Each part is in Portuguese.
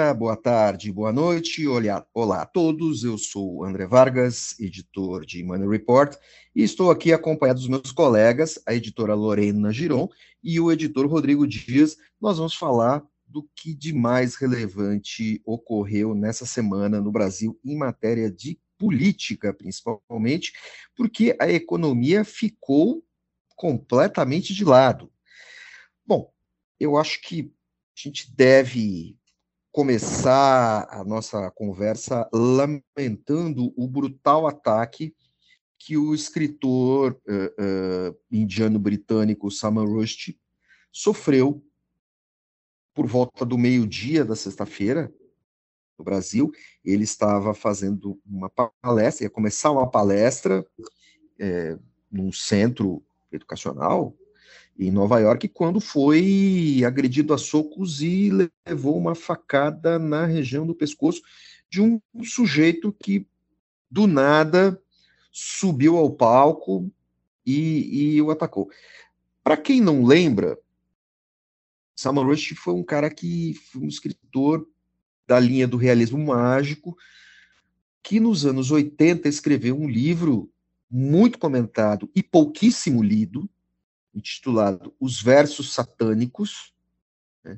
dia, boa tarde, boa noite, olá a todos. Eu sou o André Vargas, editor de Money Report, e estou aqui acompanhado dos meus colegas, a editora Lorena Giron e o editor Rodrigo Dias. Nós vamos falar do que de mais relevante ocorreu nessa semana no Brasil em matéria de política, principalmente, porque a economia ficou completamente de lado. Bom, eu acho que a gente deve começar a nossa conversa lamentando o brutal ataque que o escritor indiano-britânico Salman Rushdie sofreu por volta do meio-dia da sexta-feira, no Brasil. Ele estava fazendo uma palestra, ia começar uma palestra num centro educacional em Nova York, quando foi agredido a socos e levou uma facada na região do pescoço de um sujeito que, do nada, subiu ao palco e o atacou. Para quem não lembra, Salman Rushdie foi um cara que foi um escritor da linha do realismo mágico, que nos anos 80 escreveu um livro muito comentado e pouquíssimo lido, intitulado Os Versos Satânicos, né?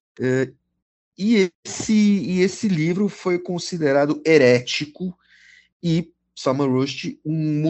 E esse livro foi considerado herético, e Salman Rushdie, um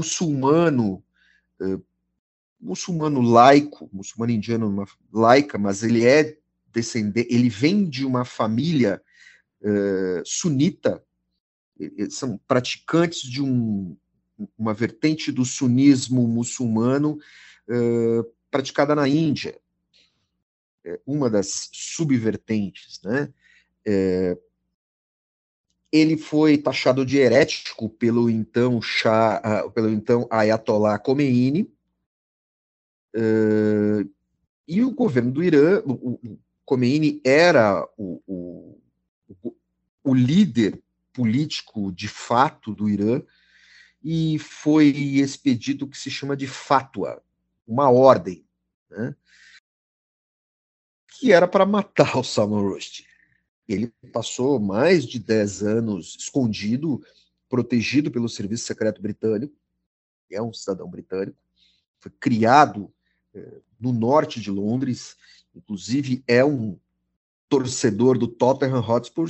muçulmano laico, muçulmano indiano laica, mas ele vem de uma família sunita, são praticantes de uma vertente do sunismo muçulmano praticada na Índia, uma das subvertentes, né? Ele foi taxado de herético pelo então Ayatollah Khomeini, e o governo do Irã, o Khomeini era o líder político de fato do Irã, e foi expedido o que se chama de fatwa, uma ordem, né, que era para matar o Salman Rushdie. Ele passou mais de 10 anos escondido, protegido pelo Serviço Secreto Britânico, é um cidadão britânico, foi criado no norte de Londres, inclusive é um torcedor do Tottenham Hotspur,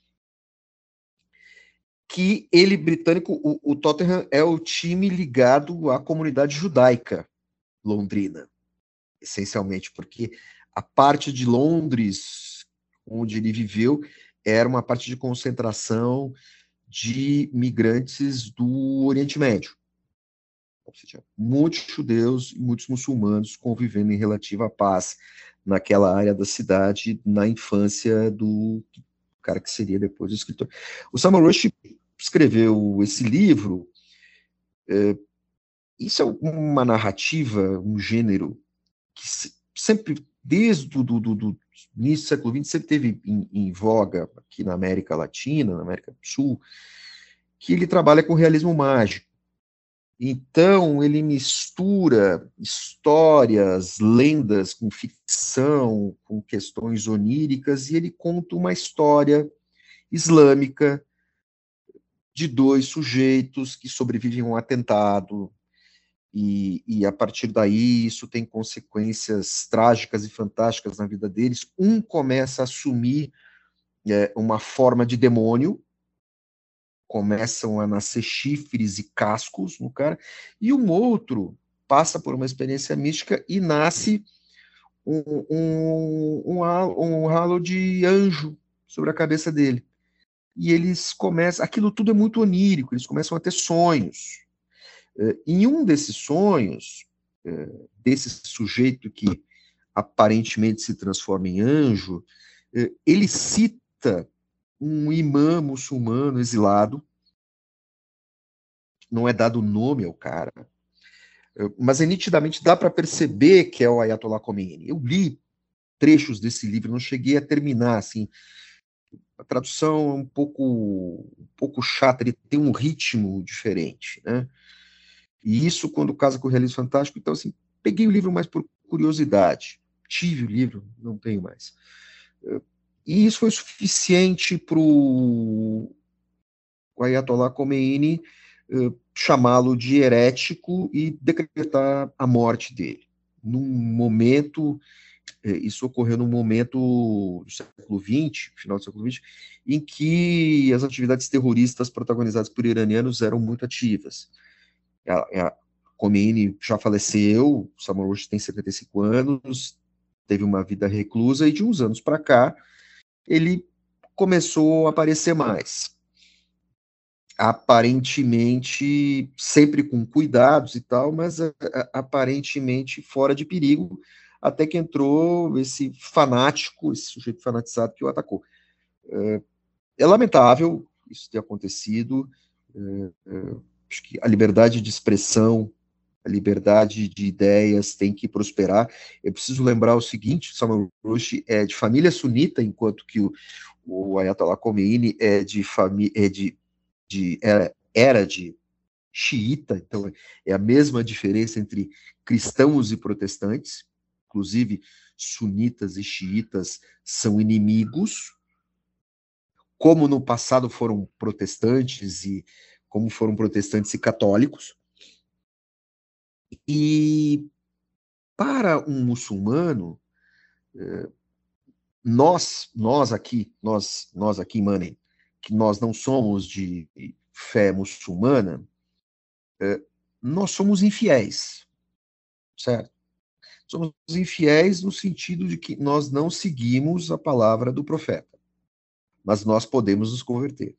que ele, britânico, o Tottenham é o time ligado à comunidade judaica londrina, essencialmente, porque a parte de Londres onde ele viveu era uma parte de concentração de migrantes do Oriente Médio. Ou seja, muitos judeus e muitos muçulmanos convivendo em relativa paz naquela área da cidade, na infância do cara que seria depois o escritor. O Salman Rushdie escreveu esse livro. Isso é uma narrativa, um gênero que sempre, desde o início do século XX, sempre teve em voga aqui na América Latina, na América do Sul, que ele trabalha com realismo mágico. Então, ele mistura histórias, lendas com ficção, com questões oníricas, e ele conta uma história islâmica de dois sujeitos que sobrevivem a um atentado, e a partir daí isso tem consequências trágicas e fantásticas na vida deles. Um começa a assumir uma forma de demônio, começam a nascer chifres e cascos no cara, e um outro passa por uma experiência mística e nasce um halo de anjo sobre a cabeça dele. E eles começam, aquilo tudo é muito onírico, eles começam a ter sonhos. Em um desses sonhos, desse sujeito que aparentemente se transforma em anjo, ele cita um imã muçulmano exilado, não é dado nome ao cara, mas nitidamente dá para perceber que é o Ayatollah Khomeini. Eu li trechos desse livro, não cheguei a terminar, assim, a tradução é um pouco chata, ele tem um ritmo diferente, né? E isso quando casa com o realismo fantástico. Então, assim, peguei o livro mais por curiosidade. Tive o livro, não tenho mais. E isso foi suficiente para o Ayatollah Khomeini chamá-lo de herético e decretar a morte dele. Num momento, isso ocorreu num momento do século XX, final do século XX, em que as atividades terroristas protagonizadas por iranianos eram muito ativas. A Khomeini já faleceu, Salman Rushdie tem 75 anos, teve uma vida reclusa, e de uns anos para cá, ele começou a aparecer mais. Aparentemente, sempre com cuidados e tal, mas aparentemente fora de perigo, até que entrou esse fanático, esse sujeito fanatizado que o atacou. É lamentável isso ter acontecido. Acho que a liberdade de expressão, a liberdade de ideias tem que prosperar. Eu preciso lembrar o seguinte: Salman Rushdie é de família sunita, enquanto que o Ayatollah Khomeini é de família, era de xiita, então é a mesma diferença entre cristãos e protestantes, inclusive sunitas e xiitas são inimigos, como no passado foram protestantes e como foram protestantes e católicos. E para um muçulmano, nós aqui, Money, que nós não somos de fé muçulmana, nós somos infiéis, certo? Somos infiéis no sentido de que nós não seguimos a palavra do profeta, mas nós podemos nos converter.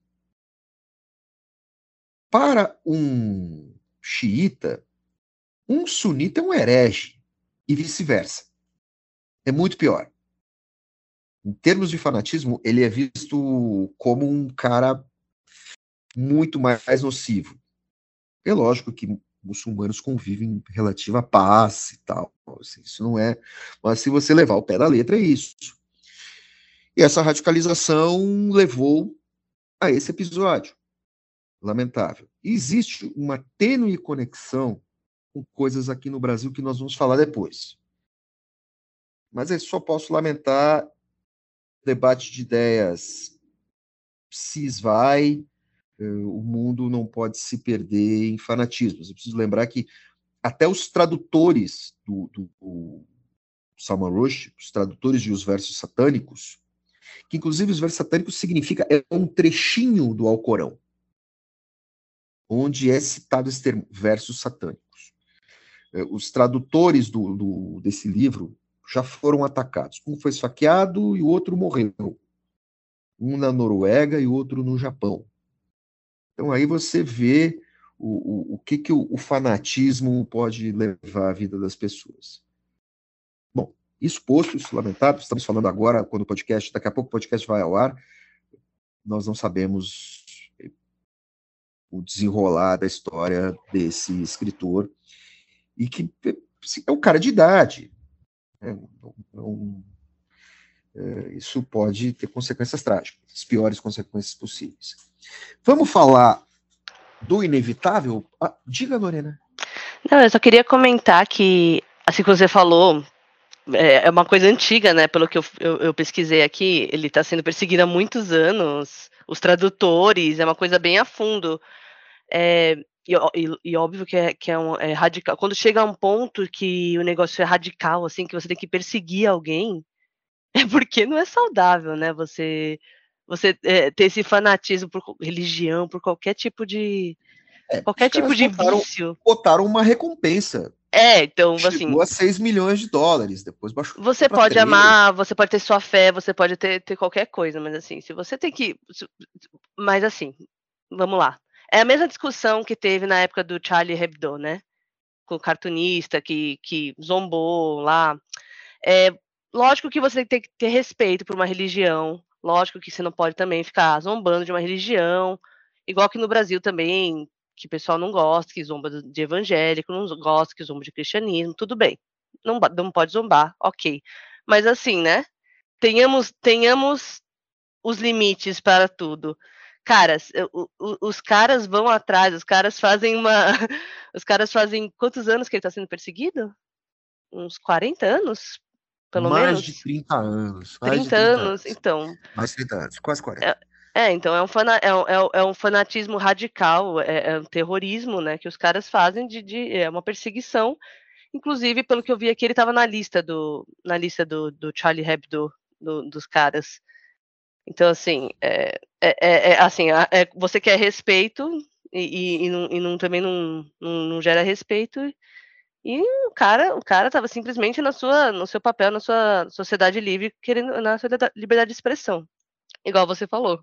Para um xiita, um sunita é um herege, e vice-versa. É muito pior. Em termos de fanatismo, ele é visto como um cara muito mais nocivo. É lógico que muçulmanos convivem em relativa paz e tal. Assim, isso não é. Mas se você levar o pé da letra, é isso. E essa radicalização levou a esse episódio. Lamentável. E existe uma tênue conexão com coisas aqui no Brasil que nós vamos falar depois. Mas eu só posso lamentar debate de ideias se esvai, o mundo não pode se perder em fanatismos. Eu preciso lembrar que até os tradutores do Salman Rushdie, os tradutores de Os Versos Satânicos, que inclusive os versos satânicos significa é um trechinho do Alcorão, onde é citado esse termo, versos satânicos. Os tradutores desse livro já foram atacados. Um foi esfaqueado e o outro morreu. Um na Noruega e o outro no Japão. Então aí você vê o que o fanatismo pode levar à vida das pessoas. Bom, isso posto, isso lamentável, estamos falando agora, quando o podcast, daqui a pouco o podcast vai ao ar, nós não sabemos o desenrolar da história desse escritor, e que é um cara de idade. Né? Isso pode ter consequências trágicas, as piores consequências possíveis. Vamos falar do inevitável? Diga, Lorena. Não, eu só queria comentar que, assim que você falou, é uma coisa antiga, né? Pelo que eu pesquisei aqui, ele está sendo perseguido há muitos anos. Os tradutores, é uma coisa bem a fundo. E óbvio que é radical. Quando chega a um ponto que o negócio é radical, assim, que você tem que perseguir alguém, é porque não é saudável, né? Você ter esse fanatismo por religião, por qualquer tipo de Os caras vício. botaram uma recompensa. Então, Chegou assim, a $6 milhões, depois baixou você para pode 3. amar, você pode ter sua fé, você pode ter qualquer coisa, mas assim, se você tem que. Mas assim, vamos lá. É a mesma discussão que teve na época do Charlie Hebdo, né? Com o cartunista que zombou lá. Lógico que você tem que ter respeito por uma religião. Lógico que você não pode também ficar zombando de uma religião. Igual que no Brasil também, que o pessoal não gosta, que zomba de evangélico, não gosta que zomba de cristianismo, tudo bem. Não pode zombar, ok. Mas assim, né? Tenhamos os limites para tudo. Caras, os caras vão atrás, os caras fazem uma. Os caras fazem quantos anos que ele está sendo perseguido? Uns 40 anos? pelo Mais de menos? 30 anos. Mais de 30 30 anos, anos. então. Mais de 30 anos, quase 40. Então é um fanatismo radical, é um terrorismo, né, que os caras fazem é uma perseguição. Inclusive, pelo que eu vi aqui, ele estava na lista do Charlie Hebdo, dos caras. Então, assim, assim, você quer respeito também não gera respeito. E o cara estava simplesmente no seu papel, na sua sociedade livre, querendo na sua liberdade de expressão, igual você falou.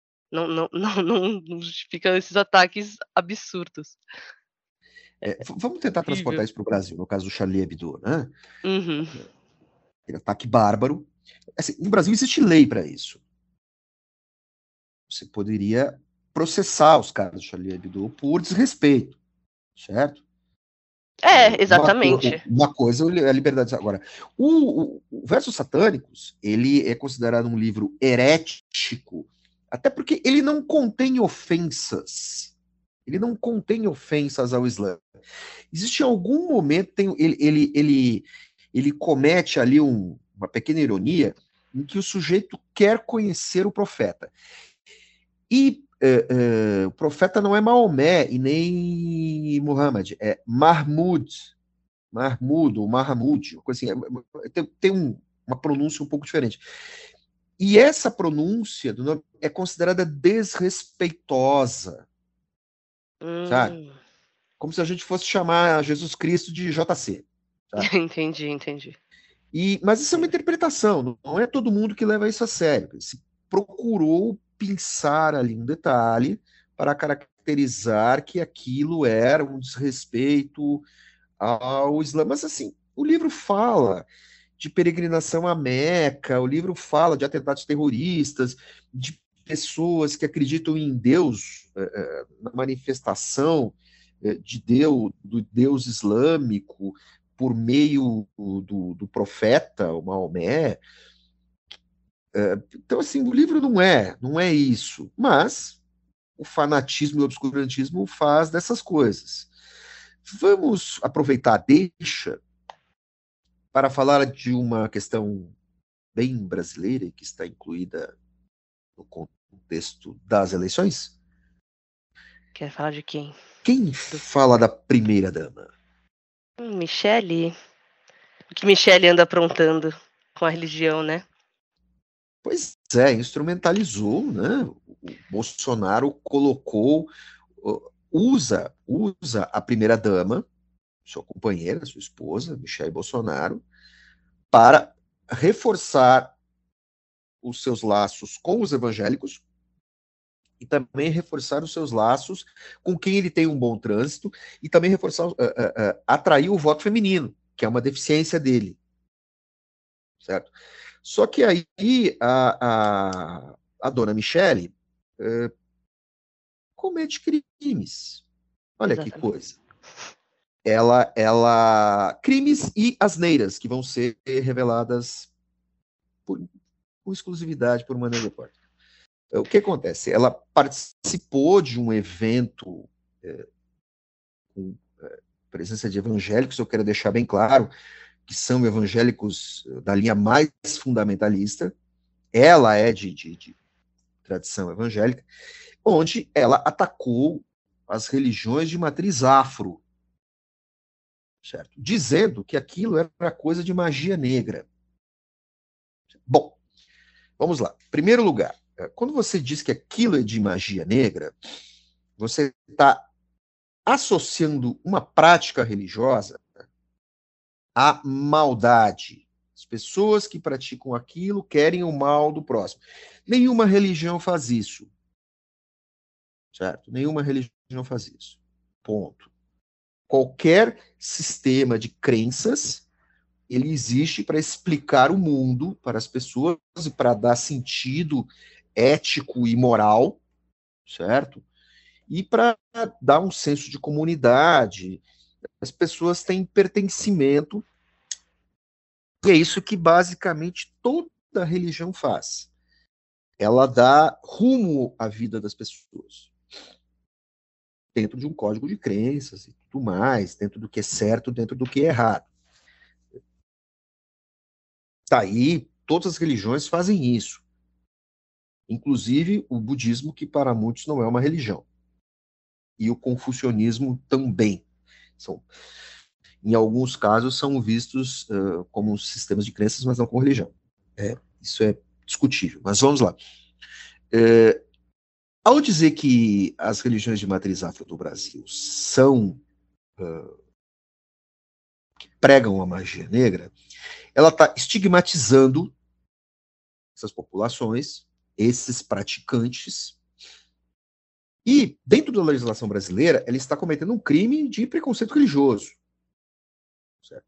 Não justifica esses ataques absurdos. Vamos tentar transportar Horrível. isso para o Brasil, no caso do Charlie Hebdo, né? Uhum. Aquele ataque bárbaro. Assim, no Brasil existe lei para isso. Você poderia processar os caras do Charlie Hebdo por desrespeito, certo? Exatamente. Uma coisa é a liberdade. Agora, o Versos Satânicos, ele é considerado um livro herético, até porque ele não contém ofensas. Ele não contém ofensas ao Islã. Existe algum momento, ele comete ali uma pequena ironia em que o sujeito quer conhecer o profeta. E o profeta não é Maomé e nem Muhammad, é Mahmud ou Mahamud, uma coisa assim, tem uma pronúncia um pouco diferente. E essa pronúncia do nome é considerada desrespeitosa, sabe? Hum. Como se a gente fosse chamar Jesus Cristo de JC, sabe? Entendi. Mas isso é uma interpretação, não é todo mundo que leva isso a sério. Se procurou pensar ali um detalhe para caracterizar que aquilo era um desrespeito ao Islã. Mas assim, o livro fala de peregrinação à Meca, o livro fala de atentados terroristas, de pessoas que acreditam em Deus, na manifestação do Deus islâmico por meio do profeta, o Maomé. Então, assim, o livro não é isso, mas o fanatismo e o obscurantismo faz dessas coisas. Vamos aproveitar a deixa para falar de uma questão bem brasileira que está incluída no contexto das eleições. Quer falar de quem? Quem Do fala da primeira-dama? Michele? O que Michele anda aprontando com a religião, né? Pois é, instrumentalizou, né? O Bolsonaro colocou, usa a primeira-dama, sua companheira, sua esposa, Michele Bolsonaro, para reforçar os seus laços com os evangélicos e também reforçar os seus laços com quem ele tem um bom trânsito e também reforçar, atrair o voto feminino, que é uma deficiência dele, certo? Só que aí a dona Michele comete crimes. Olha que Exatamente. coisa. Crimes e asneiras que vão ser reveladas com exclusividade por Mané Repórter. O que acontece? Ela participou de um evento com presença de evangélicos, eu quero deixar bem claro que são evangélicos da linha mais fundamentalista. Ela é de tradição evangélica, onde ela atacou as religiões de matriz afro, certo? Dizendo que aquilo era coisa de magia negra. Bom, vamos lá. Primeiro lugar, quando você diz que aquilo é de magia negra, você está associando uma prática religiosa à maldade. As pessoas que praticam aquilo querem o mal do próximo. Nenhuma religião faz isso, certo? Nenhuma religião faz isso. Ponto. Qualquer sistema de crenças, ele existe para explicar o mundo para as pessoas e para dar sentido ético e moral, certo? E para dar um senso de comunidade. As pessoas têm pertencimento, e é isso que basicamente toda religião faz. Ela dá rumo à vida das pessoas, dentro de um código de crenças e tudo mais, dentro do que é certo, dentro do que é errado. Tá aí, todas as religiões fazem isso. Inclusive o budismo, que para muitos não é uma religião. E o confucionismo também. Em alguns casos, são vistos como sistemas de crenças, mas não como religião. Isso é discutível. Mas vamos lá. Ao dizer que as religiões de matriz afro do Brasil pregam a magia negra, ela está estigmatizando essas populações, esses praticantes, e, dentro da legislação brasileira, ela está cometendo um crime de preconceito religioso. Certo?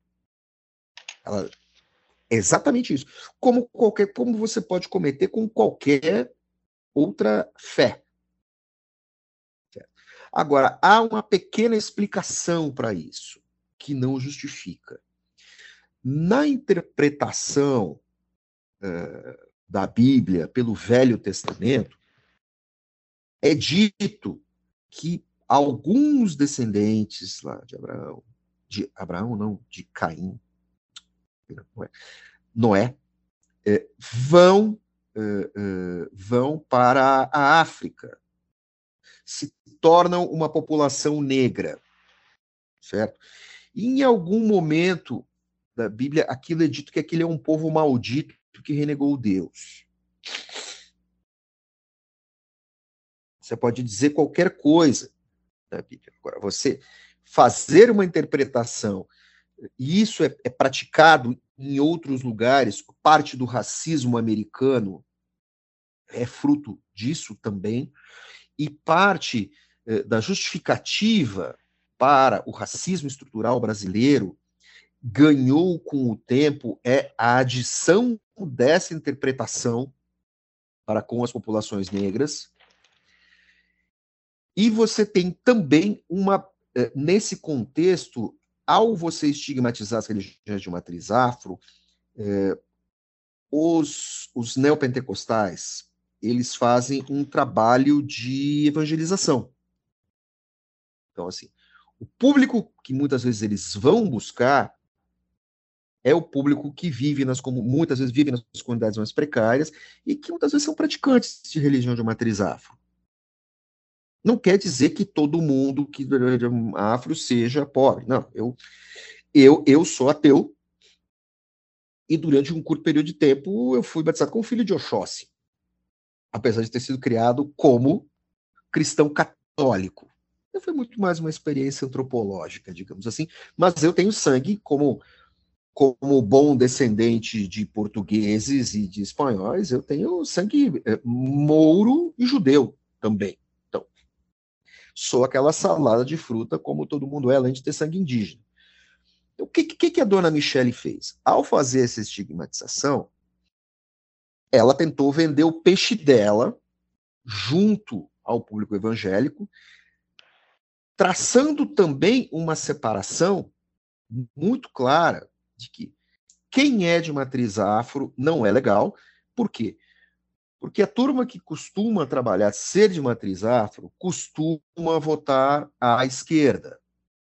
É exatamente isso. Como você pode cometer com qualquer outra fé. Certo? Agora, há uma pequena explicação para isso, que não justifica. Na interpretação da Bíblia pelo Velho Testamento, é dito que alguns descendentes lá de Abraão não, de Caim, Noé, vão para a África, se tornam uma população negra, certo? E em algum momento da Bíblia, aquilo é dito que aquele é um povo maldito que renegou Deus. Você pode dizer qualquer coisa da Bíblia. Agora, você fazer uma interpretação, e isso é praticado em outros lugares, parte do racismo americano é fruto disso também, e parte da justificativa para o racismo estrutural brasileiro ganhou com o tempo a adição dessa interpretação para com as populações negras. E você tem também nesse contexto, ao você estigmatizar as religiões de matriz afro, os neopentecostais, eles fazem um trabalho de evangelização. Então, assim, o público que muitas vezes eles vão buscar é o público que muitas vezes vive nas comunidades mais precárias e que muitas vezes são praticantes de religião de matriz afro. Não quer dizer que todo mundo que é afro seja pobre. Não, eu sou ateu e durante um curto período de tempo eu fui batizado como filho de Oxóssi, apesar de ter sido criado como cristão católico. Foi muito mais uma experiência antropológica, digamos assim, mas eu tenho sangue como bom descendente de portugueses e de espanhóis, eu tenho sangue mouro e judeu também. Então, sou aquela salada de fruta como todo mundo é, além de ter sangue indígena. Então, o que a dona Michele fez? Ao fazer essa estigmatização, ela tentou vender o peixe dela junto ao público evangélico, traçando também uma separação muito clara de que quem é de matriz afro não é legal. Por quê? Porque a turma que costuma trabalhar, ser de matriz afro, costuma votar à esquerda.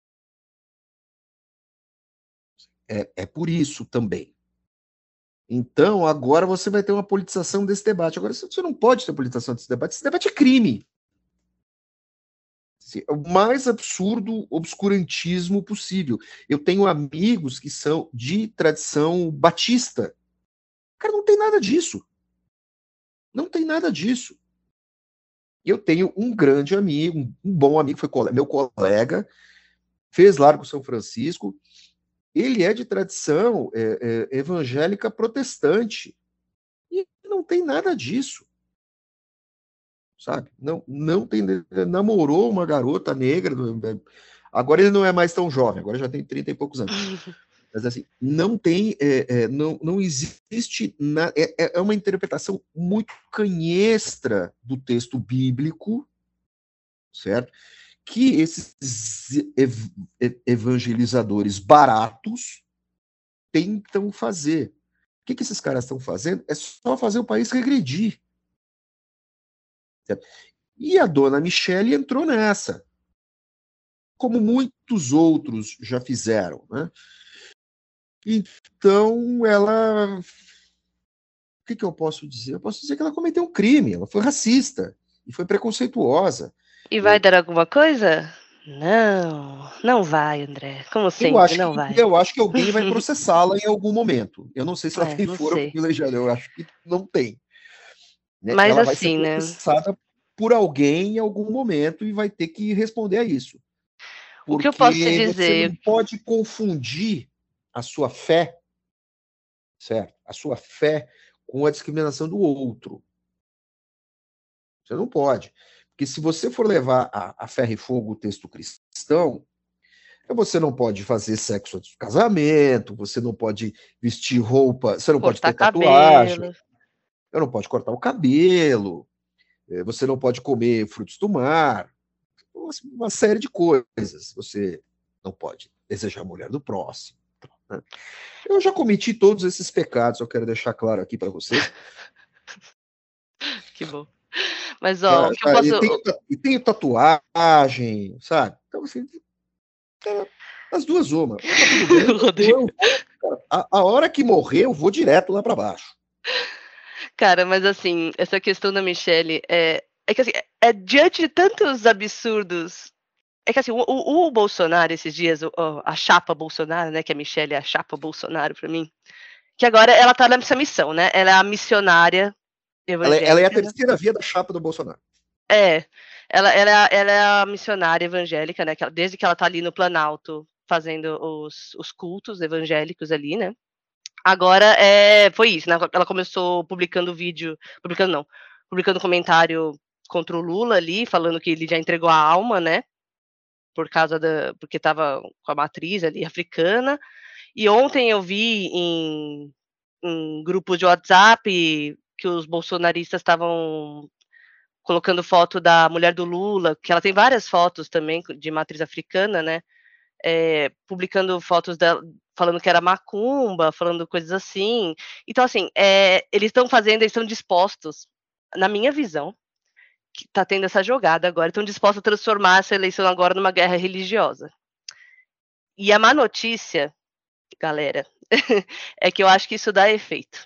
É por isso também. Então, agora você vai ter uma politização desse debate. Agora, você não pode ter politização desse debate. Esse debate é crime. É o mais absurdo obscurantismo possível. Eu tenho amigos que são de tradição batista. Cara, não tem nada disso. Não tem nada disso. Eu tenho um grande amigo, um bom amigo, foi meu colega, fez Largo São Francisco. Ele é de tradição evangélica protestante. E não tem nada disso. Sabe? Não tem. Namorou uma garota negra. Agora ele não é mais tão jovem, agora já tem 30 e poucos anos. Mas assim, não tem, não existe, é uma interpretação muito canhestra do texto bíblico, certo? Que esses evangelizadores baratos tentam fazer. O que esses caras estão fazendo? É só fazer o país regredir. Certo? E a dona Michele entrou nessa, como muitos outros já fizeram, né? Então, ela que eu posso dizer? Eu posso dizer que ela cometeu um crime, ela foi racista e foi preconceituosa. E vai dar alguma coisa? Não, não vai, André. Como sempre, não vai. Eu acho que alguém vai processá-la em algum momento. Eu não sei se ela tem não foro sei. privilegiado, eu acho que não tem. Né? Mas Ela vai ser assim, né? processada por alguém em algum momento e vai ter que responder a isso. O que eu posso te Porque você dizer? não pode confundir a sua fé, certo? A sua fé com a discriminação do outro. Você não pode. Porque se você for levar a ferro e fogo o texto cristão, você não pode fazer sexo antes do casamento, você não pode vestir roupa, você não pode Cortar ter tatuagem, cabelo. você não pode cortar o cabelo, você não pode comer frutos do mar, uma série de coisas. Você não pode desejar a mulher do próximo. Né? Eu já cometi todos esses pecados, eu quero deixar claro aqui para vocês. Que bom. Mas, ó, o que eu posso... E tenho tatuagem, sabe? Então, assim, as duas uma. Ou tá tudo bem, Rodrigo. a hora que morrer, eu vou direto lá para baixo. Cara, mas assim, essa questão da Michelle é que assim, diante de tantos absurdos. É que assim, o Bolsonaro, esses dias, a chapa Bolsonaro, né? Que a Michelle é a chapa Bolsonaro pra mim. Que agora ela tá nessa missão, né? Ela é a missionária evangélica. Ela é a terceira via da chapa do Bolsonaro. Ela é a missionária evangélica, né? Desde que ela tá ali no Planalto fazendo os cultos evangélicos ali, né? Agora foi isso, né? Ela começou publicando comentário contra o Lula ali, falando que ele já entregou a alma, né? Porque estava com a matriz ali africana. E ontem eu vi em grupos de WhatsApp que os bolsonaristas estavam colocando foto da mulher do Lula, que ela tem várias fotos também de matriz africana, né? Publicando fotos dela, falando que era macumba, falando coisas assim. Então, assim, eles estão dispostos, na minha visão, que tá tendo essa jogada agora, estão dispostos a transformar essa eleição agora numa guerra religiosa. E a má notícia, galera, é que eu acho que isso dá efeito.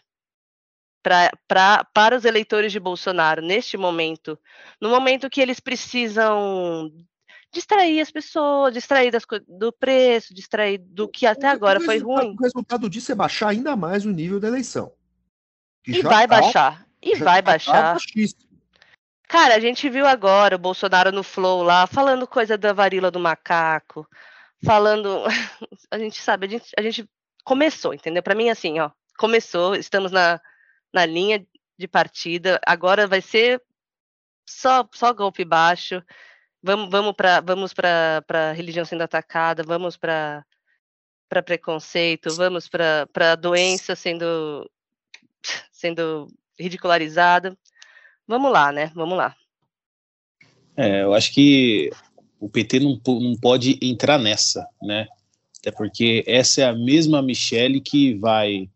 Para os eleitores de Bolsonaro, neste momento, no momento que eles precisam distrair as pessoas, distrair do preço, distrair do que até agora foi ruim. O resultado disso é baixar ainda mais o nível da eleição. E vai baixar. E vai baixar. Baixíssimo. Cara, a gente viu agora o Bolsonaro no Flow lá, falando coisa da varíola do macaco, falando... A gente sabe, a gente começou, entendeu? Para mim, assim, ó, começou, estamos na linha de partida, agora vai ser só golpe baixo, vamos para religião sendo atacada, vamos para preconceito, vamos para doença sendo ridicularizada. Vamos lá, né? Vamos lá. Eu acho que o PT não pode entrar nessa, né? Até porque essa é a mesma Michelle que vai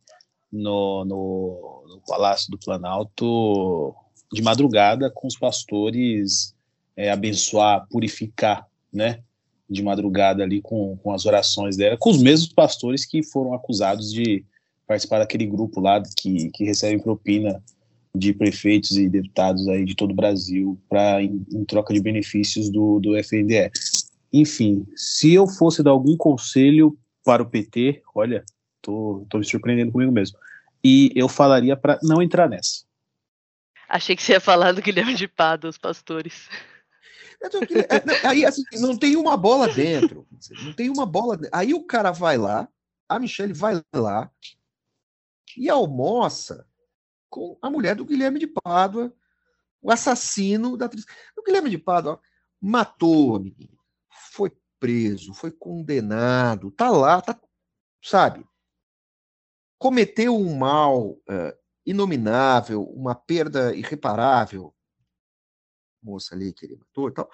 no Palácio do Planalto de madrugada com os pastores abençoar, purificar, né? De madrugada ali com as orações dela, com os mesmos pastores que foram acusados de participar daquele grupo lá que recebem propina de prefeitos e deputados aí de todo o Brasil em troca de benefícios do FNDE. Enfim, se eu fosse dar algum conselho para o PT, olha, tô me surpreendendo comigo mesmo, e eu falaria para não entrar nessa. Achei que você ia falar do Guilherme de Pádua, os pastores. Aí, assim, não tem uma bola dentro. Não tem uma bola dentro. Aí o cara vai lá, a Michelle vai lá e almoça com a mulher do Guilherme de Pádua, o assassino da atriz. O Guilherme de Pádua matou a menina, foi preso, foi condenado, tá lá, sabe? Cometeu um mal inominável, uma perda irreparável. Moça ali que ele matou e tal.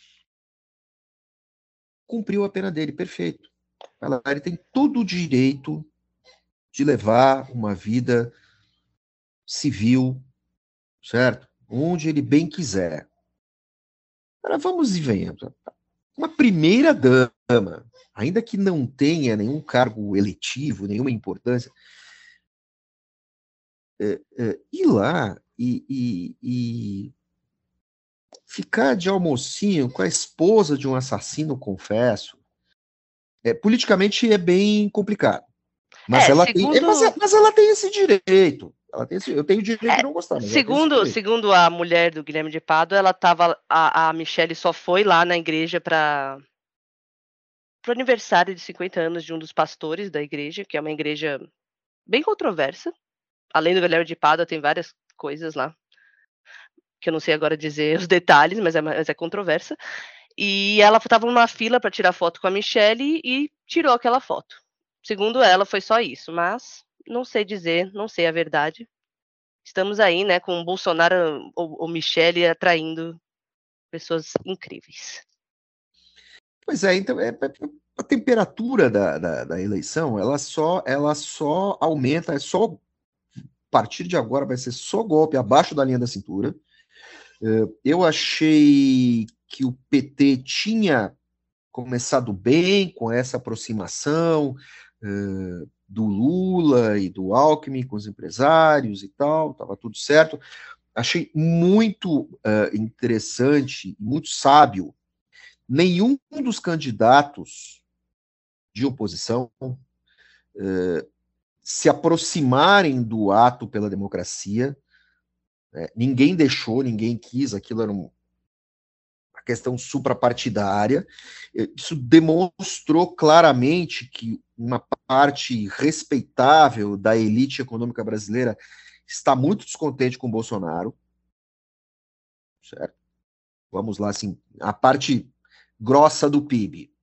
Cumpriu a pena dele, perfeito. Ele tem todo o direito de levar uma vida civil, certo? Onde ele bem quiser. Agora vamos e venhamos. Uma primeira dama, ainda que não tenha nenhum cargo eletivo, nenhuma importância, ir lá e ficar de almocinho com a esposa de um assassino, confesso, politicamente é bem complicado. Mas ela tem esse direito. Eu tenho o direito de não gostar. Mas segundo a mulher do Guilherme de Pádua, ela tava. A Michelle só foi lá na igreja para o aniversário de 50 anos de um dos pastores da igreja, que é uma igreja bem controversa. Além do Guilherme de Pádua, tem várias coisas lá, que eu não sei agora dizer os detalhes, mas é controversa. E ela estava numa fila para tirar foto com a Michelle e tirou aquela foto. Segundo ela, foi só isso, mas não sei dizer, não sei a verdade. Estamos aí, né, com o Bolsonaro ou Michelle atraindo pessoas incríveis. Pois é, então a temperatura da eleição, ela só aumenta, a partir de agora vai ser só golpe abaixo da linha da cintura. Eu achei que o PT tinha começado bem com essa aproximação do Lula e do Alckmin com os empresários e tal, estava tudo certo. Achei muito interessante, muito sábio, nenhum dos candidatos de oposição se aproximarem do ato pela democracia. Ninguém deixou, ninguém quis, aquilo era uma questão suprapartidária. Isso demonstrou claramente que uma parte respeitável da elite econômica brasileira está muito descontente com o Bolsonaro. Certo? Vamos lá, assim, a parte grossa do PIB.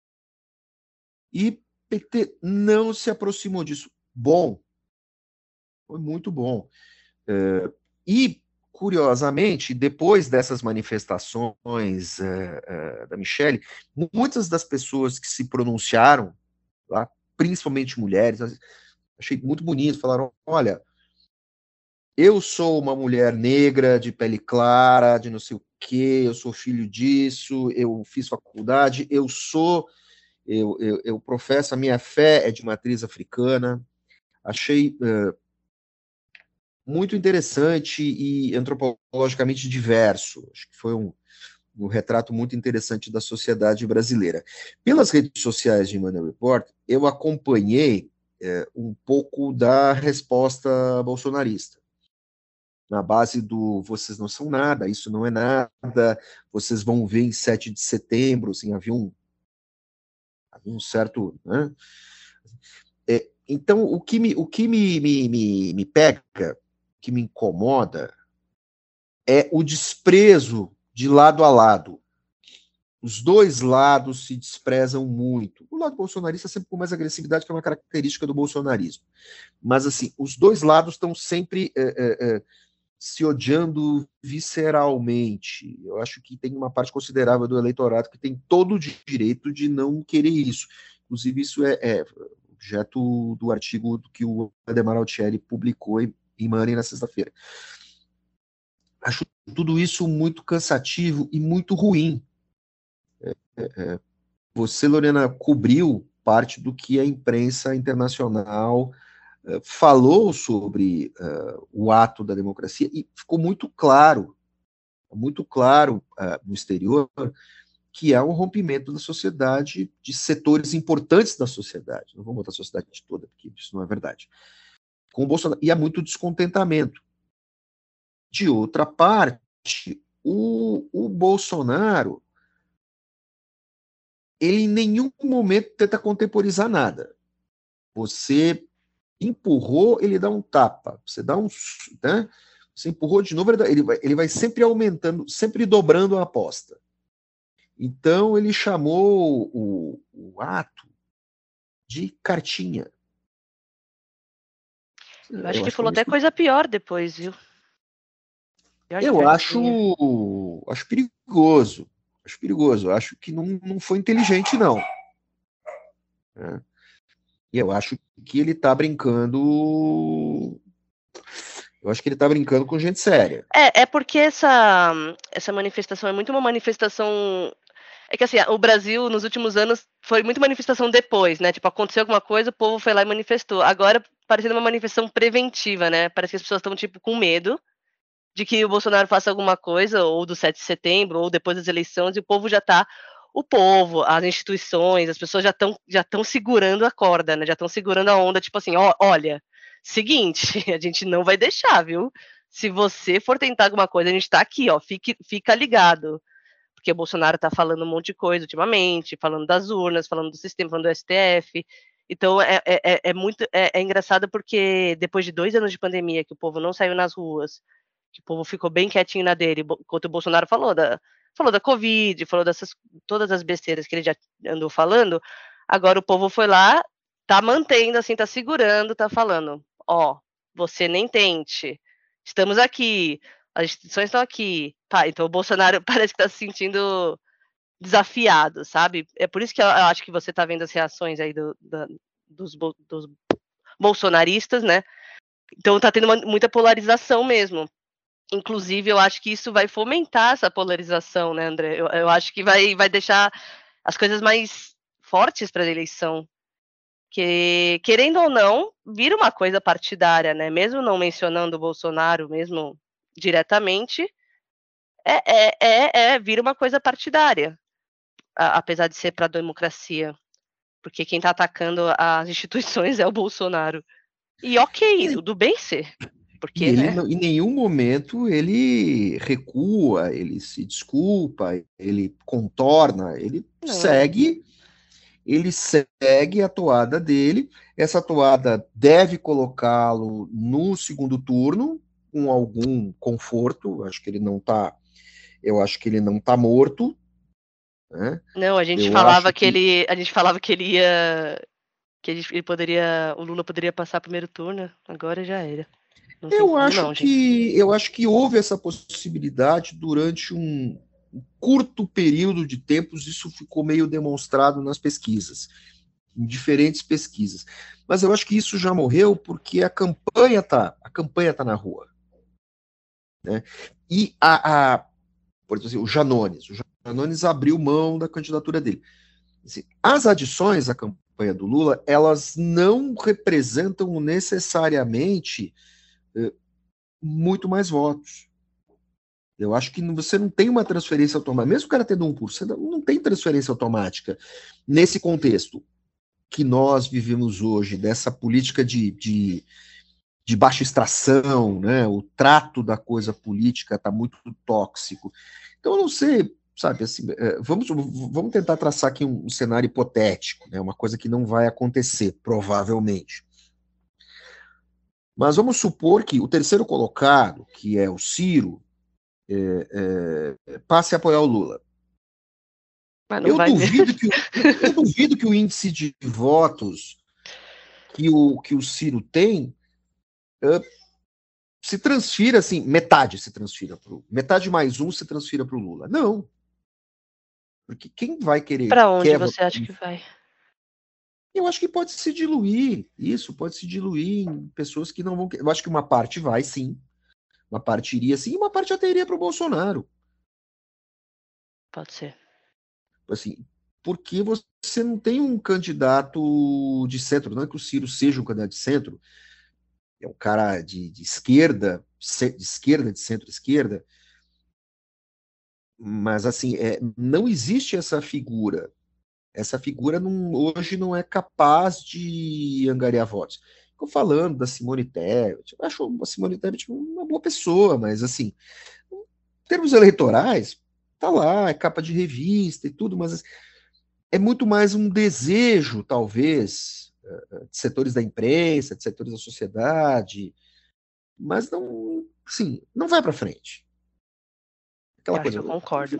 E PT não se aproximou disso. Bom. Foi muito bom. E, curiosamente, depois dessas manifestações da Michelle, muitas das pessoas que se pronunciaram lá, principalmente mulheres, achei muito bonito, falaram, olha, eu sou uma mulher negra, de pele clara, de não sei o quê, eu sou filho disso, eu fiz faculdade, eu professo, a minha fé é de matriz africana. Achei muito interessante e antropologicamente diverso. Acho que foi um retrato muito interessante da sociedade brasileira. Pelas redes sociais de Emmanuel Report, eu acompanhei um pouco da resposta bolsonarista. Na base do vocês não são nada, isso não é nada, vocês vão ver em 7 de setembro, assim, havia um certo... Né? Então, o que me pega, o que me incomoda, é o desprezo de lado a lado. Os dois lados se desprezam muito. O lado bolsonarista sempre com mais agressividade, que é uma característica do bolsonarismo. Mas, assim, os dois lados estão sempre se odiando visceralmente. Eu acho que tem uma parte considerável do eleitorado que tem todo o direito de não querer isso. Inclusive, isso é objeto do artigo que o Ademar Altieri publicou em Money na sexta-feira. Acho tudo isso muito cansativo e muito ruim. Você, Lorena, cobriu parte do que a imprensa internacional falou sobre o ato da democracia e ficou muito claro no exterior que há um rompimento da sociedade, de setores importantes da sociedade. Não vou botar a sociedade toda, porque isso não é verdade. Com o Bolsonaro, e há muito descontentamento. De outra parte, o Bolsonaro, ele em nenhum momento tenta contemporizar nada. Você empurrou, ele dá um tapa. Você dá um... Né? Você empurrou de novo, ele vai sempre aumentando, sempre dobrando a aposta. Então, ele chamou o ato de cartinha. Eu acho que falou até coisa pior depois, viu? Eu acho perigoso. Acho perigoso. Acho que não foi inteligente, não. E eu acho que ele está brincando... Eu acho que ele está brincando com gente séria. É porque essa manifestação é muito uma manifestação... É que assim, o Brasil, nos últimos anos, foi muita manifestação depois, né? Tipo, aconteceu alguma coisa, o povo foi lá e manifestou. Agora, parecendo uma manifestação preventiva, né? Parece que as pessoas estão, tipo, com medo de que o Bolsonaro faça alguma coisa, ou do 7 de setembro, ou depois das eleições, e o povo já tá. O povo, as instituições, as pessoas já estão segurando a corda, né? Já estão segurando a onda, tipo assim, ó, olha, seguinte, a gente não vai deixar, viu? Se você for tentar alguma coisa, a gente tá aqui, ó, fica ligado. Porque o Bolsonaro tá falando um monte de coisa ultimamente, falando das urnas, falando do sistema, falando do STF. Então é engraçado porque depois de 2 anos de pandemia, que o povo não saiu nas ruas, que o povo ficou bem quietinho na dele, enquanto o Bolsonaro falou da Covid, falou dessas todas as besteiras que ele já andou falando, agora o povo foi lá, tá mantendo, assim, tá segurando, tá falando, ó, você nem tente, estamos aqui, as instituições estão aqui, tá, então o Bolsonaro parece que tá se sentindo desafiado, sabe? É por isso que eu acho que você tá vendo as reações aí dos bolsonaristas, né? Então tá tendo muita polarização mesmo. Inclusive, eu acho que isso vai fomentar essa polarização, né, André? Eu acho que vai deixar as coisas mais fortes para a eleição. Que, querendo ou não, vira uma coisa partidária, né? Mesmo não mencionando o Bolsonaro, mesmo diretamente, vira uma coisa partidária, apesar de ser para a democracia. Porque quem está atacando as instituições é o Bolsonaro. E ok, tudo bem ser. Porque, E ele, né? em nenhum momento, ele recua, ele se desculpa, ele contorna, Não. ele segue a toada dele. Essa toada deve colocá-lo no segundo turno, com algum conforto. Eu acho que ele não tá morto, né? Não, a gente Eu falava acho que que ele ia, ele poderia, o Lula poderia passar primeiro turno, agora já era. Não tem como não, gente. eu acho que houve essa possibilidade durante um curto período de tempos. Isso ficou meio demonstrado nas pesquisas, em diferentes pesquisas. Mas eu acho que isso já morreu porque a campanha tá na rua, né? E por exemplo, o Janones abriu mão da candidatura dele. Assim, as adições à campanha do Lula, elas não representam necessariamente muito mais votos. Eu acho que você não tem uma transferência automática. Mesmo o cara tendo 1%, não tem transferência automática nesse contexto que nós vivemos hoje, dessa política de baixa extração, né? O trato da coisa política está muito tóxico. Então, eu não sei, sabe, assim, vamos tentar traçar aqui um cenário hipotético, né? Uma coisa que não vai acontecer, provavelmente. Mas vamos supor que o terceiro colocado, que é o Ciro, passe a apoiar o Lula. Mas não vai mesmo. Eu duvido que o índice de votos que o Ciro tem se transfira assim, metade mais um se transfira para o Lula. Não. Porque quem vai Pra onde quer você votar acha que vai? eu acho que pode se diluir. Isso pode se diluir em pessoas que não vão. Eu acho que uma parte vai, sim. Uma parte iria, sim, e uma parte até iria para o Bolsonaro. Pode ser. Assim, porque você não tem um candidato de centro. Não é que o Ciro seja um candidato de centro. É um cara de esquerda, de centro-esquerda. Mas, assim, não existe essa figura. Essa figura hoje não é capaz de angariar votos. Estou falando da Simone Tebet. Eu acho a Simone Tebet uma boa pessoa, mas, assim, em termos eleitorais, tá lá, é capa de revista e tudo, mas é muito mais um desejo, talvez, de setores da imprensa, de setores da sociedade, mas não, sim, não vai para frente. Eu Aquela acho que coisa, eu concordo.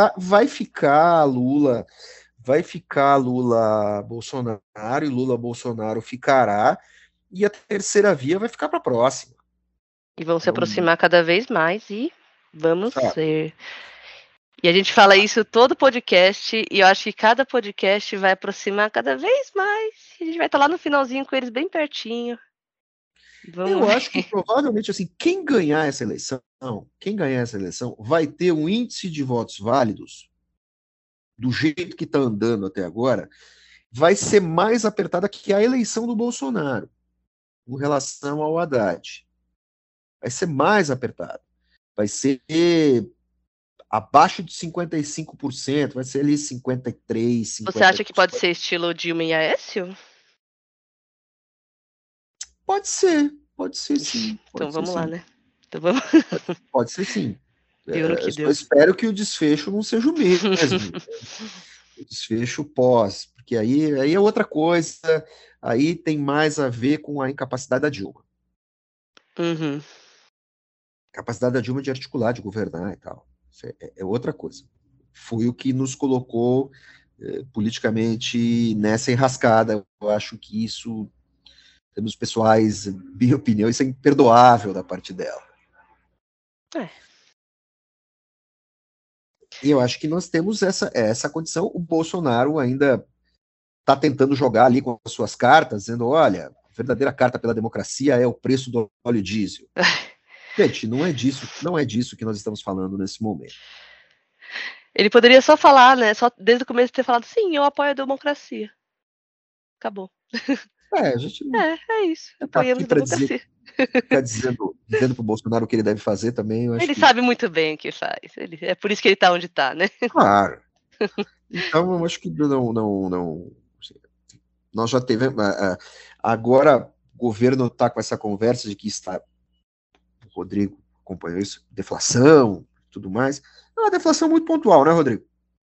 vai ficar Lula Bolsonaro e Lula Bolsonaro ficará e a terceira via vai ficar para a próxima. E vão se Então, aproximar cada vez mais e vamos sabe? ver. E a gente fala isso todo podcast e eu acho que cada podcast vai aproximar cada vez mais. E a gente vai estar lá no finalzinho com eles bem pertinho. Eu Vamos acho que ver. provavelmente assim, quem ganhar essa eleição vai ter um índice de votos válidos do jeito que está andando até agora, vai ser mais apertada que a eleição do Bolsonaro. com relação ao Haddad. Vai ser mais apertado. Vai ser abaixo de 55%, vai ser ali 53%, 50%. Você acha que pode ser estilo Dilma e Aécio? Pode ser sim. Então vamos lá, né? Então vamos... Pode ser sim. Deu no que deu. Eu espero que o desfecho não seja o mesmo. O desfecho pós, porque aí é outra coisa, aí tem mais a ver com a incapacidade da Dilma. Uhum. Capacidade da Dilma de articular, de governar e tal. Isso é outra coisa. Foi o que nos colocou politicamente nessa enrascada. Eu acho que isso, em termos pessoais, minha opinião, isso é imperdoável da parte dela. E eu acho que nós temos essa condição. O Bolsonaro ainda está tentando jogar ali com as suas cartas, dizendo, olha, a verdadeira carta pela democracia é o preço do óleo diesel. Gente, não é disso que nós estamos falando nesse momento. Ele poderia só falar, né? Só desde o começo ter falado, sim, eu apoio a democracia. Acabou. A gente não é isso. tá Apoiamos a democracia. Ficar dizendo pro Bolsonaro o que ele deve fazer também. Eu acho ele sabe muito bem o que faz. É por isso que ele tá onde tá, né? Claro. Então, eu acho que não. Nós já tivemos. Agora, o governo está com essa conversa de que está. O Rodrigo acompanhou isso, deflação, tudo mais. É uma deflação muito pontual, né, Rodrigo?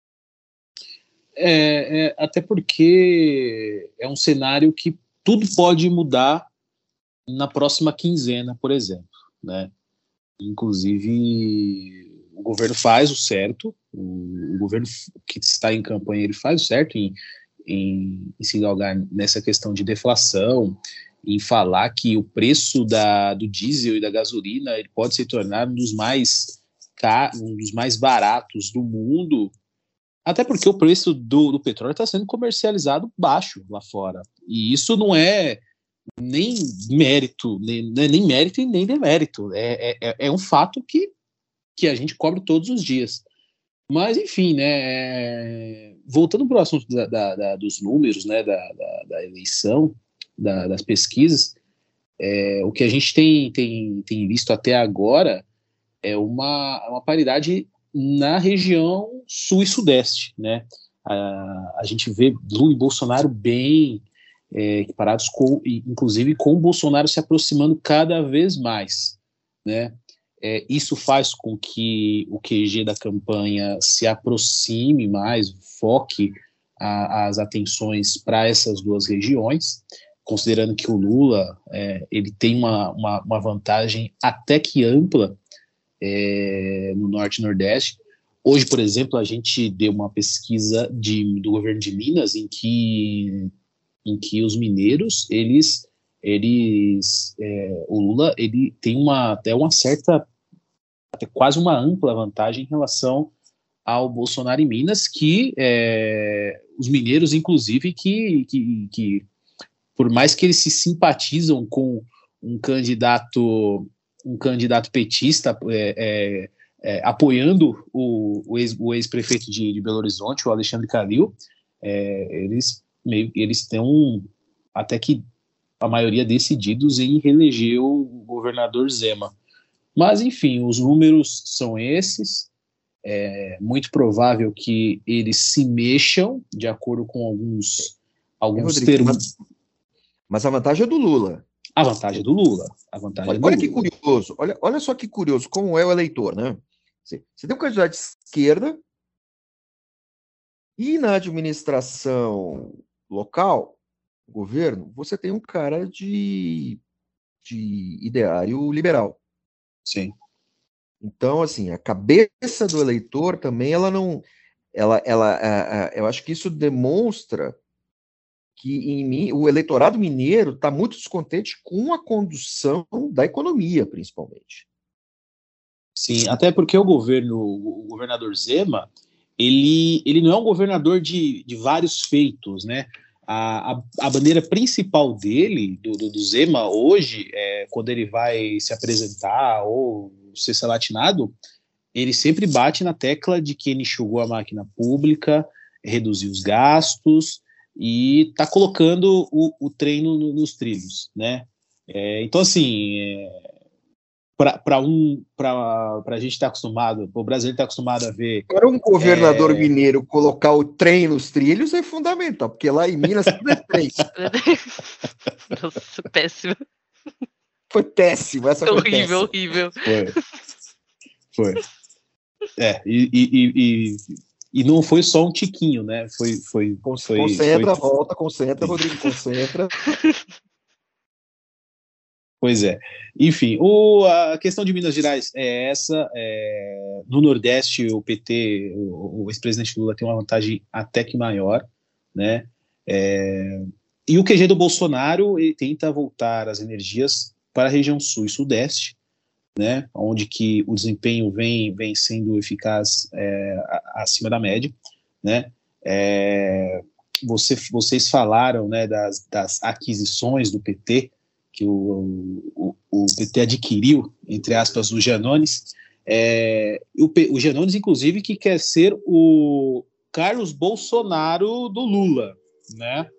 Até porque é um cenário que tudo pode mudar na próxima quinzena, por exemplo, né? Inclusive, o governo faz o certo, o governo que está em campanha, ele faz o certo em se galgar nessa questão de deflação, em falar que o preço do diesel e da gasolina ele pode se tornar um dos mais baratos do mundo, até porque o preço do petróleo está sendo comercializado baixo lá fora. E isso não é nem mérito, nem mérito e nem demérito. É um fato que a gente cobre todos os dias. Mas, enfim, né, voltando para o assunto dos números, né, da eleição, das pesquisas, o que a gente tem visto até agora é uma paridade na região sul e sudeste, né? A gente vê Lula e Bolsonaro bem equiparados, inclusive com o Bolsonaro se aproximando cada vez mais, né? Isso faz com que o QG da campanha se aproxime mais, foque as atenções para essas duas regiões, considerando que o Lula ele tem uma vantagem até que ampla no Norte e Nordeste. Hoje, por exemplo, a gente deu uma pesquisa do governo de Minas em que os mineiros, o Lula, ele tem até uma certa, até quase uma ampla vantagem em relação ao Bolsonaro em Minas, que os mineiros, inclusive, que por mais que eles se simpatizam com um candidato petista, apoiando o ex-prefeito de Belo Horizonte, o Alexandre Calil, eles estão até que a maioria decididos em reeleger o governador Zema. Mas, enfim, os números são esses. É muito provável que eles se mexam de acordo com alguns termos. Mas a vantagem é do Lula. A vantagem é do Lula. Olha que curioso. Olha só que curioso como é o eleitor, né? Você tem um candidato de esquerda e na administração local, governo, você tem um cara de ideário liberal. Sim. Então, assim, a cabeça do eleitor também, ela não... eu acho que isso demonstra que o eleitorado mineiro está muito descontente com a condução da economia, principalmente. Sim, até porque o governador Zema, ele não é um governador de vários feitos, né? A bandeira principal dele, do Zema, hoje, quando ele vai se apresentar ou ser sabatinado, ele sempre bate na tecla de que ele enxugou a máquina pública, reduziu os gastos e está colocando o trem nos trilhos, né? Então, assim, para a gente estar acostumado, o brasileiro está acostumado a ver. Para um governador mineiro colocar o trem nos trilhos é fundamental, porque lá em Minas tudo é trem. Nossa, péssimo. Foi péssimo, essa foi horrível, péssima. Horrível. Foi. E não foi só um tiquinho, né? Concentra, volta, concentra, Rodrigo, concentra. Pois é. Enfim, a questão de Minas Gerais é essa. No Nordeste, o PT, o ex-presidente Lula tem uma vantagem até que maior, né? E o QG do Bolsonaro, ele tenta voltar as energias para a região sul e sudeste, né? Onde que o desempenho vem sendo eficaz acima da média, né? Vocês falaram, né, das aquisições do PT, que o PT adquiriu, entre aspas, o Janones. O Janones, inclusive, que quer ser o Carlos Bolsonaro do Lula, né?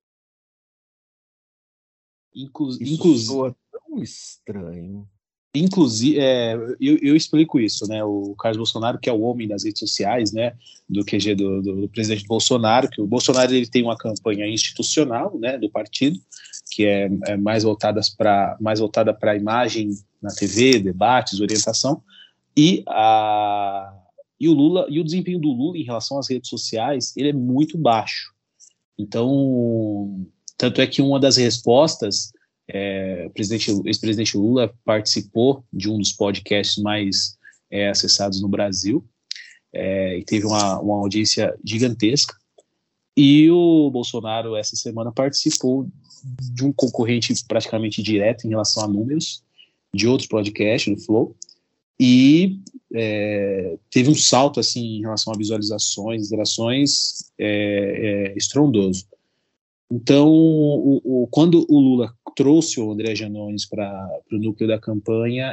Isso soa tão estranho. Inclusive, eu explico isso, né? O Carlos Bolsonaro, que é o homem das redes sociais, né? Do QG do presidente Bolsonaro, que o Bolsonaro ele tem uma campanha institucional, né? Do partido, que é mais voltada para a imagem na TV, debates, orientação, e o Lula, e o desempenho do Lula em relação às redes sociais, ele é muito baixo. Então, tanto é que uma das respostas, o ex-presidente Lula participou de um dos podcasts mais acessados no Brasil, e teve uma audiência gigantesca, e o Bolsonaro essa semana participou de um concorrente praticamente direto em relação a números de outros podcasts do Flow, e teve um salto assim em relação a visualizações, interações estrondoso. Então, quando o Lula trouxe o André Janones para o núcleo da campanha,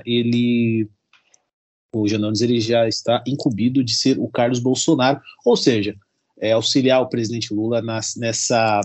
o Janones ele já está incumbido de ser o Carlos Bolsonaro, ou seja, auxiliar o presidente Lula nessa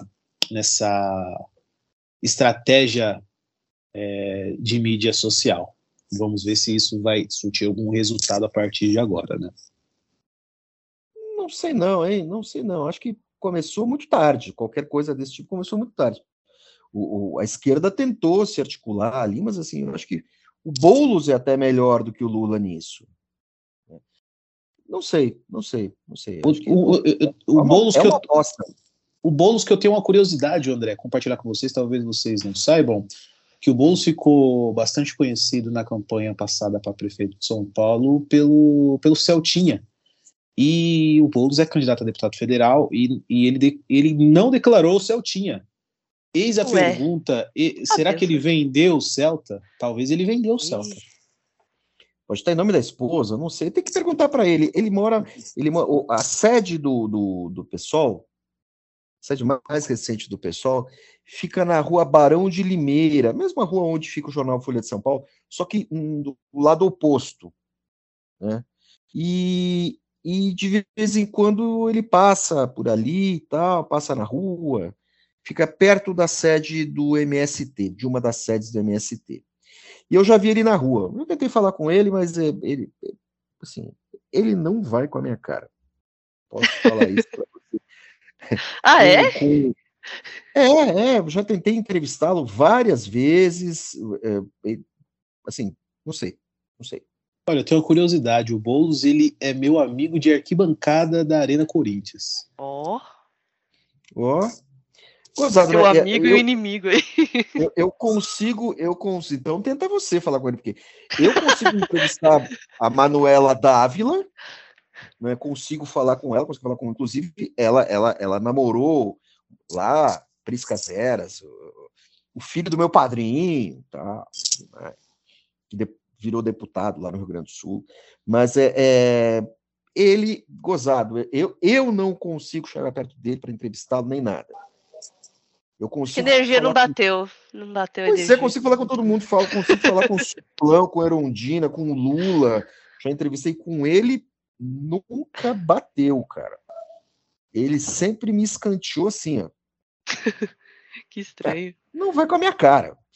estratégia de mídia social. Vamos ver se isso vai surtir algum resultado a partir de agora, né? Não sei não, hein? Não sei não. Acho que começou muito tarde. Qualquer coisa desse tipo começou muito tarde. A esquerda tentou se articular ali, mas assim, eu acho que o Boulos é até melhor do que o Lula nisso. Não sei. Acho que o Boulos é uma aposta. O Boulos, que eu tenho uma curiosidade, André, compartilhar com vocês, talvez vocês não saibam, que o Boulos ficou bastante conhecido na campanha passada para prefeito de São Paulo pelo Celtinha. E o Boulos é candidato a deputado federal e ele não declarou o Celtinha. Eis a pergunta, será que ele vendeu o Celta? Talvez ele vendeu o Celta. Pode estar em nome da esposa, não sei. Tem que perguntar para ele. Ele mora, a sede do PSOL, a sede mais recente do PSOL, fica na rua Barão de Limeira, mesma rua onde fica o jornal Folha de São Paulo, só que do lado oposto, né? E de vez em quando ele passa por ali e tal, passa na rua, fica perto da sede do MST, de uma das sedes do MST. E eu já vi ele na rua. Eu tentei falar com ele, mas ele não vai com a minha cara. Posso falar isso para você. Ah, Já tentei entrevistá-lo várias vezes. Assim, não sei. Olha, eu tenho uma curiosidade. O Boulos, ele é meu amigo de arquibancada da Arena Corinthians. Gozado, seu amigo e o inimigo aí. Eu consigo. Então tenta você falar com ele, porque eu consigo entrevistar a Manuela Dávila, né? Consigo falar com ela, inclusive ela namorou lá, Priscas Veras, o filho do meu padrinho, tá? Que virou deputado lá no Rio Grande do Sul. Mas ele, gozado, eu não consigo chegar perto dele para entrevistá-lo nem nada. Eu consigo. A energia não bateu. Não bateu a energia. Pois é, consigo falar com todo mundo. Consigo falar com o Suplão, com a Erundina, com o Lula. Já entrevistei com ele, nunca bateu, cara. Ele sempre me escanteou assim, ó. Que estranho. Não vai com a minha cara.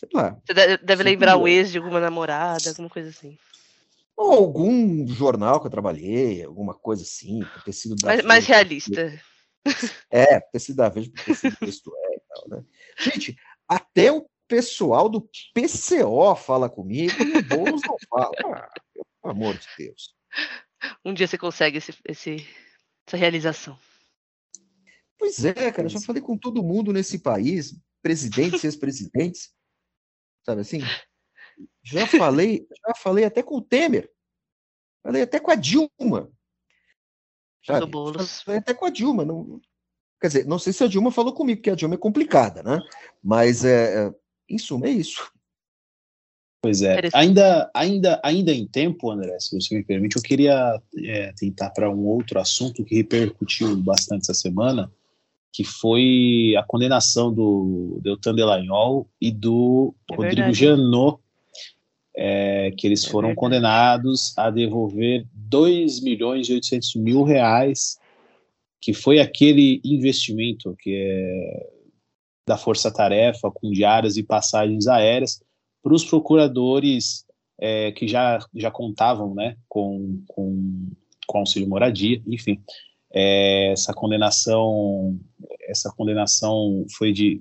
sei lá. Você deve lembrar o ex de alguma namorada, alguma coisa assim. Ou algum jornal que eu trabalhei, alguma coisa assim, por ter sido da Mais Veja. realista. Por ter sido da Veja, por ter sido do Isto É e tal, né? Gente, até o pessoal do PCO fala comigo e o Boulos não fala. Pelo amor de Deus. Um dia você consegue essa realização. Pois é, cara, eu já falei com todo mundo nesse país, presidentes e ex-presidentes, sabe assim? Já falei até com o Temer, falei até com a Dilma, sabe? Boulos. Falei até com a Dilma, não, quer dizer, não sei se a Dilma falou comigo, porque a Dilma é complicada, né? Mas, em suma, é isso. Pois é. Ainda em tempo, André, se você me permite, eu queria tentar para um outro assunto que repercutiu bastante essa semana, que foi a condenação do Deltan Dallagnol e do Rodrigo Janot, que eles foram condenados a devolver 2.800.000 reais, que foi aquele investimento que é da Força Tarefa, com diárias e passagens aéreas, para os procuradores que já contavam, né, com auxílio moradia, enfim. Essa condenação foi de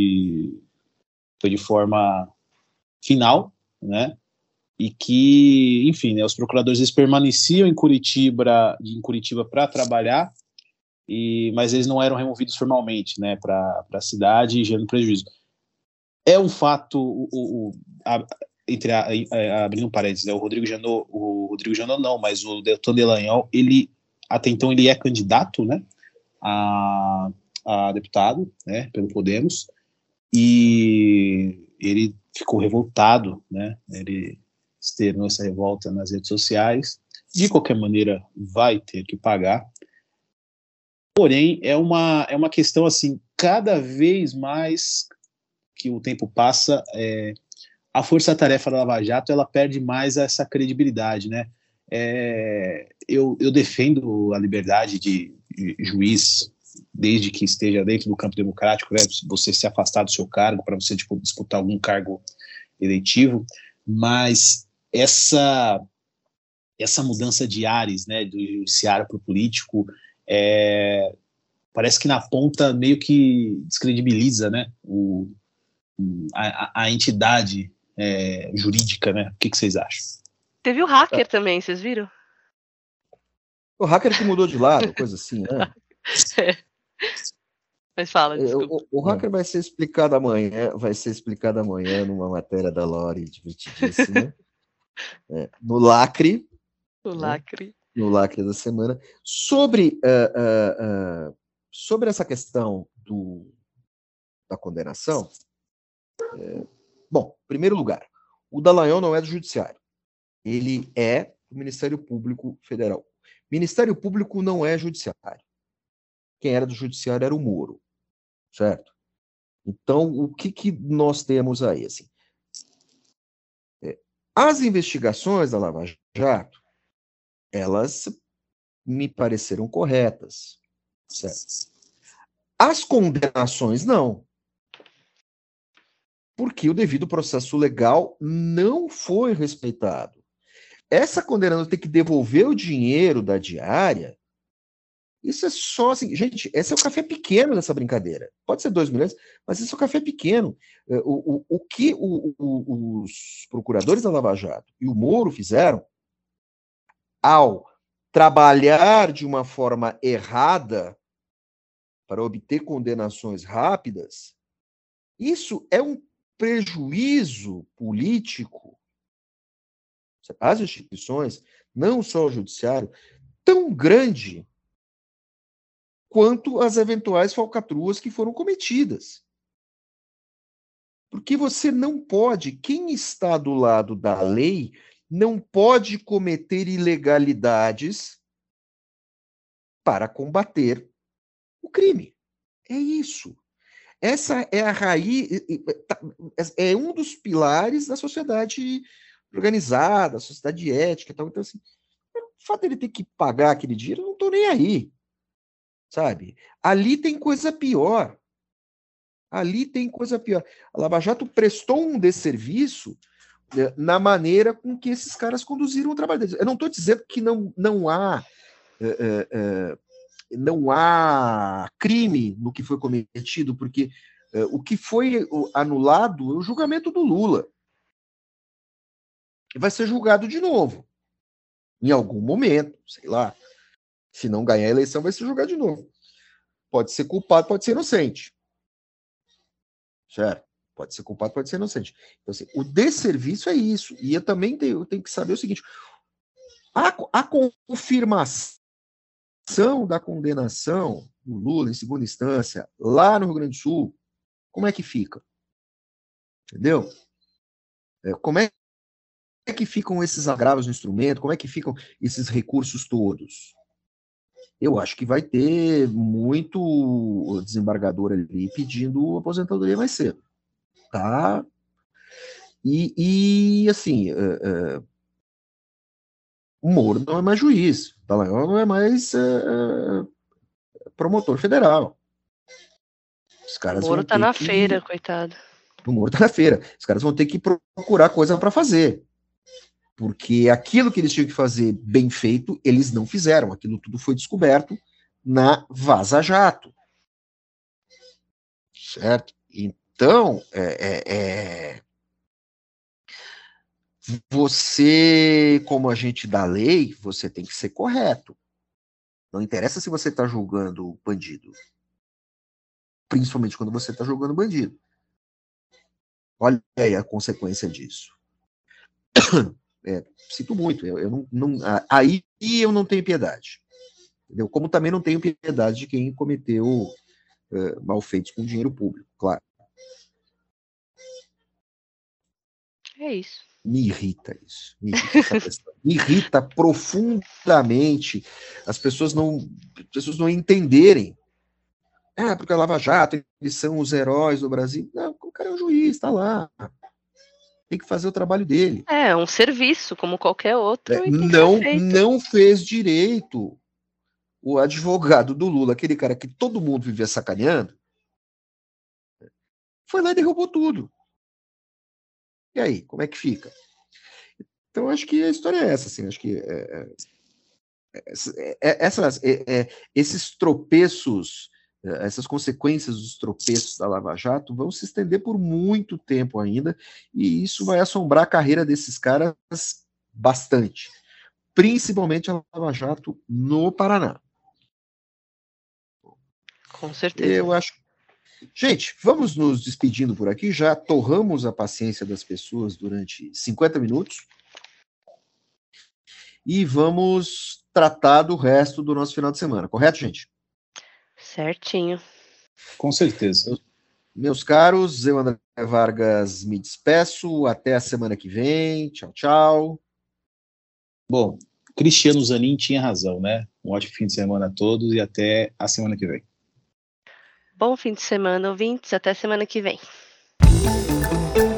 forma final, né? E que, enfim, né, os procuradores eles permaneciam em Curitiba para trabalhar, mas eles não eram removidos formalmente, né, para a cidade, gerando prejuízo. É um fato, abrindo um parênteses, né, o Rodrigo Janot não, mas o Deltan Dallagnol, até então ele é candidato, né, a deputado, né, pelo Podemos, e ele ficou revoltado, né, ele externou essa revolta nas redes sociais, de qualquer maneira vai ter que pagar, porém é uma questão assim, cada vez mais que o tempo passa, a força-tarefa da Lava Jato ela perde mais essa credibilidade, né? Eu defendo a liberdade de juiz, desde que esteja dentro do campo democrático, né? Você se afastar do seu cargo para você disputar algum cargo eletivo, mas essa mudança de ares, né, do judiciário para o político, parece que na ponta meio que descredibiliza, né, a entidade jurídica, né? O que vocês acham? Teve o hacker também, vocês viram? O hacker que mudou de lado, coisa assim, né? Mas fala, desculpa. O hacker vai ser explicado amanhã numa matéria da Lore, divertidíssima, no Lacre. O Lacre. Né? No Lacre da semana, sobre essa questão da condenação. Bom, em primeiro lugar, o Dallagnol não é do Judiciário. Ele é do Ministério Público Federal. Ministério Público não é Judiciário. Quem era do Judiciário era o Moro, certo? Então, o que nós temos aí? Assim, as investigações da Lava Jato, elas me pareceram corretas, certo? As condenações, não. Porque o devido processo legal não foi respeitado. Essa condenação ter que devolver o dinheiro da diária, isso é só assim, gente, esse é o café pequeno dessa brincadeira. Pode ser 2 milhões, mas esse é o café pequeno. O que os procuradores da Lava Jato e o Moro fizeram ao trabalhar de uma forma errada para obter condenações rápidas, isso é um prejuízo político às instituições, não só ao judiciário, tão grande quanto as eventuais falcatruas que foram cometidas. Porque você não pode, quem está do lado da lei, não pode cometer ilegalidades para combater o crime. É isso. Essa é a raiz, é um dos pilares da sociedade organizada, da sociedade ética e tal. Então, assim, o fato dele ter que pagar aquele dinheiro, eu não estou nem aí. Sabe? Ali tem coisa pior. Ali tem coisa pior. A Lava Jato prestou um desserviço na maneira com que esses caras conduziram o trabalho deles. Eu não estou dizendo que não há crime no que foi cometido, porque o que foi anulado é o julgamento do Lula. Vai ser julgado de novo. Em algum momento, sei lá. Se não ganhar a eleição, vai ser julgado de novo. Pode ser culpado, pode ser inocente. Certo? Pode ser culpado, pode ser inocente. Então, assim, o desserviço é isso. E eu também tenho que saber o seguinte: a confirmação da condenação do Lula em segunda instância, lá no Rio Grande do Sul, como é que fica? Entendeu? Como é que ficam esses agravos no instrumento? Como é que ficam esses recursos todos? Eu acho que vai ter muito desembargador ali pedindo aposentadoria mais cedo. Tá? E assim, o Moro não é mais juiz, o Dallagnol não é mais promotor federal. Os caras o Moro tá na feira, coitado. O Moro tá na feira. Os caras vão ter que procurar coisa para fazer. Porque aquilo que eles tinham que fazer bem feito, eles não fizeram. Aquilo tudo foi descoberto na Vaza Jato. Certo? Então, você, como agente da lei, você tem que ser correto. Não interessa se você está julgando bandido. Principalmente quando você está julgando bandido. Olha aí a consequência disso. Sinto muito. Aí eu não tenho piedade. Entendeu? Como também não tenho piedade de quem cometeu malfeitos com dinheiro público, claro. É isso. Me irrita isso. Me irrita profundamente as pessoas não entenderem. Porque a Lava Jato, eles são os heróis do Brasil. Não, o cara é um juiz, tá lá. Tem que fazer o trabalho dele. É um serviço, como qualquer outro. Não fez direito o advogado do Lula, aquele cara que todo mundo vivia sacaneando, foi lá e derrubou tudo. E aí, como é que fica? Então, acho que a história é essa, assim, acho que esses tropeços, essas consequências dos tropeços da Lava Jato vão se estender por muito tempo ainda, e isso vai assombrar a carreira desses caras bastante, principalmente a Lava Jato no Paraná. Com certeza. Eu acho. Gente, vamos nos despedindo por aqui. Já torramos a paciência das pessoas durante 50 minutos. E vamos tratar do resto do nosso final de semana. Correto, gente? Certinho. Com certeza. Meus caros, eu, André Vargas, me despeço. Até a semana que vem. Tchau, tchau. Bom, Cristiano Zanin tinha razão, né? Um ótimo fim de semana a todos e até a semana que vem. Bom fim de semana, ouvintes. Até semana que vem.